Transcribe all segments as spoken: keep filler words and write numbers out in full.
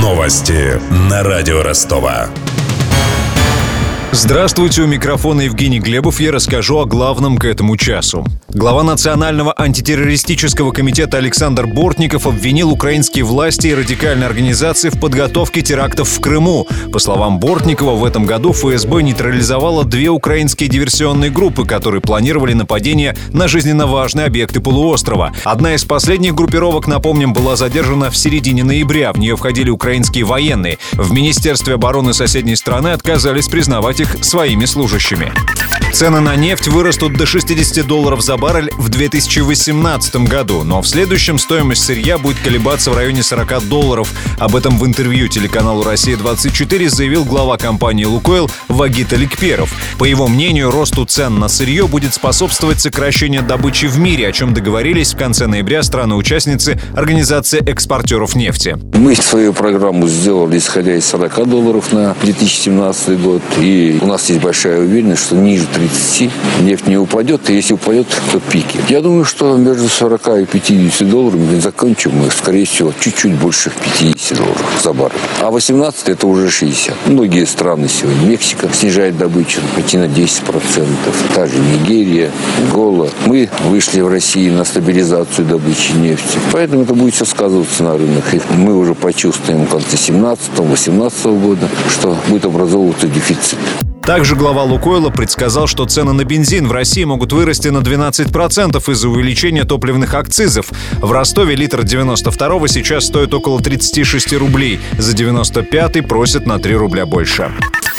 Новости на радио Ростова. Здравствуйте, у микрофона Евгений Глебов. Я расскажу о главном к этому часу. Глава Национального антитеррористического комитета Александр Бортников обвинил украинские власти и радикальные организации в подготовке терактов в Крыму. По словам Бортникова, в этом году эф эс бэ нейтрализовала две украинские диверсионные группы, которые планировали нападение на жизненно важные объекты полуострова. Одна из последних группировок, напомним, была задержана в середине ноября. В нее входили украинские военные. В Министерстве обороны соседней страны отказались признавать их своими служащими. Цены на нефть вырастут до шестидесяти долларов за баррель в две тысячи восемнадцатом году, но в следующем стоимость сырья будет колебаться в районе сорока долларов. Об этом в интервью телеканалу «Россия двадцать четыре» заявил глава компании «Лукойл» Вагит Аликперов. По его мнению, росту цен на сырье будет способствовать сокращению добычи в мире, о чем договорились в конце ноября страны-участницы Организации экспортеров нефти. Мы свою программу сделали, исходя из сорока долларов на две тысячи семнадцатый год, и у нас есть большая уверенность, что ниже тридцати нефть не упадет, и если упадет, то пики. Я думаю, что между сорока и пятидесятью долларами мы закончим мы, скорее всего, чуть-чуть больше пятидесяти долларов за баррель. А восемнадцать это уже шестьдесят. Многие страны сегодня, Мексика снижает добычу почти на десять процентов. Та же Нигерия, Ангола. Мы вышли в России на стабилизацию добычи нефти. Поэтому это будет все сказываться на рынок. И мы уже почувствуем в конце семнадцатого-восемнадцатого года, что будет образовываться дефицит. Также глава «Лукойла» предсказал, что цены на бензин в России могут вырасти на двенадцать процентов из-за увеличения топливных акцизов. В Ростове литр девяносто второго сейчас стоит около тридцати шести рублей. За девяносто пятый просят на три рубля больше.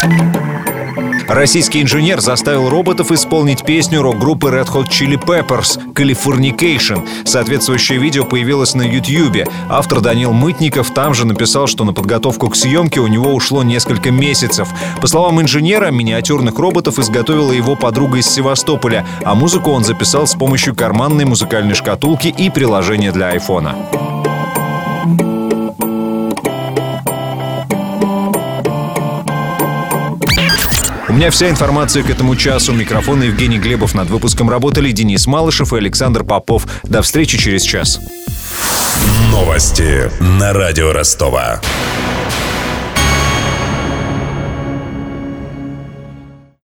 Российский инженер заставил роботов исполнить песню рок-группы Red Hot Chili Peppers «Californication». Соответствующее видео появилось на Ютьюбе. Автор Данил Мытников там же написал, что на подготовку к съемке у него ушло несколько месяцев. По словам инженера, миниатюрных роботов изготовила его подруга из Севастополя, а музыку он записал с помощью карманной музыкальной шкатулки и приложения для айфона. У меня вся информация к этому часу. Микрофон Евгений Глебов. Над выпуском работали Денис Малышев и Александр Попов. До встречи через час. Новости на радио Ростова.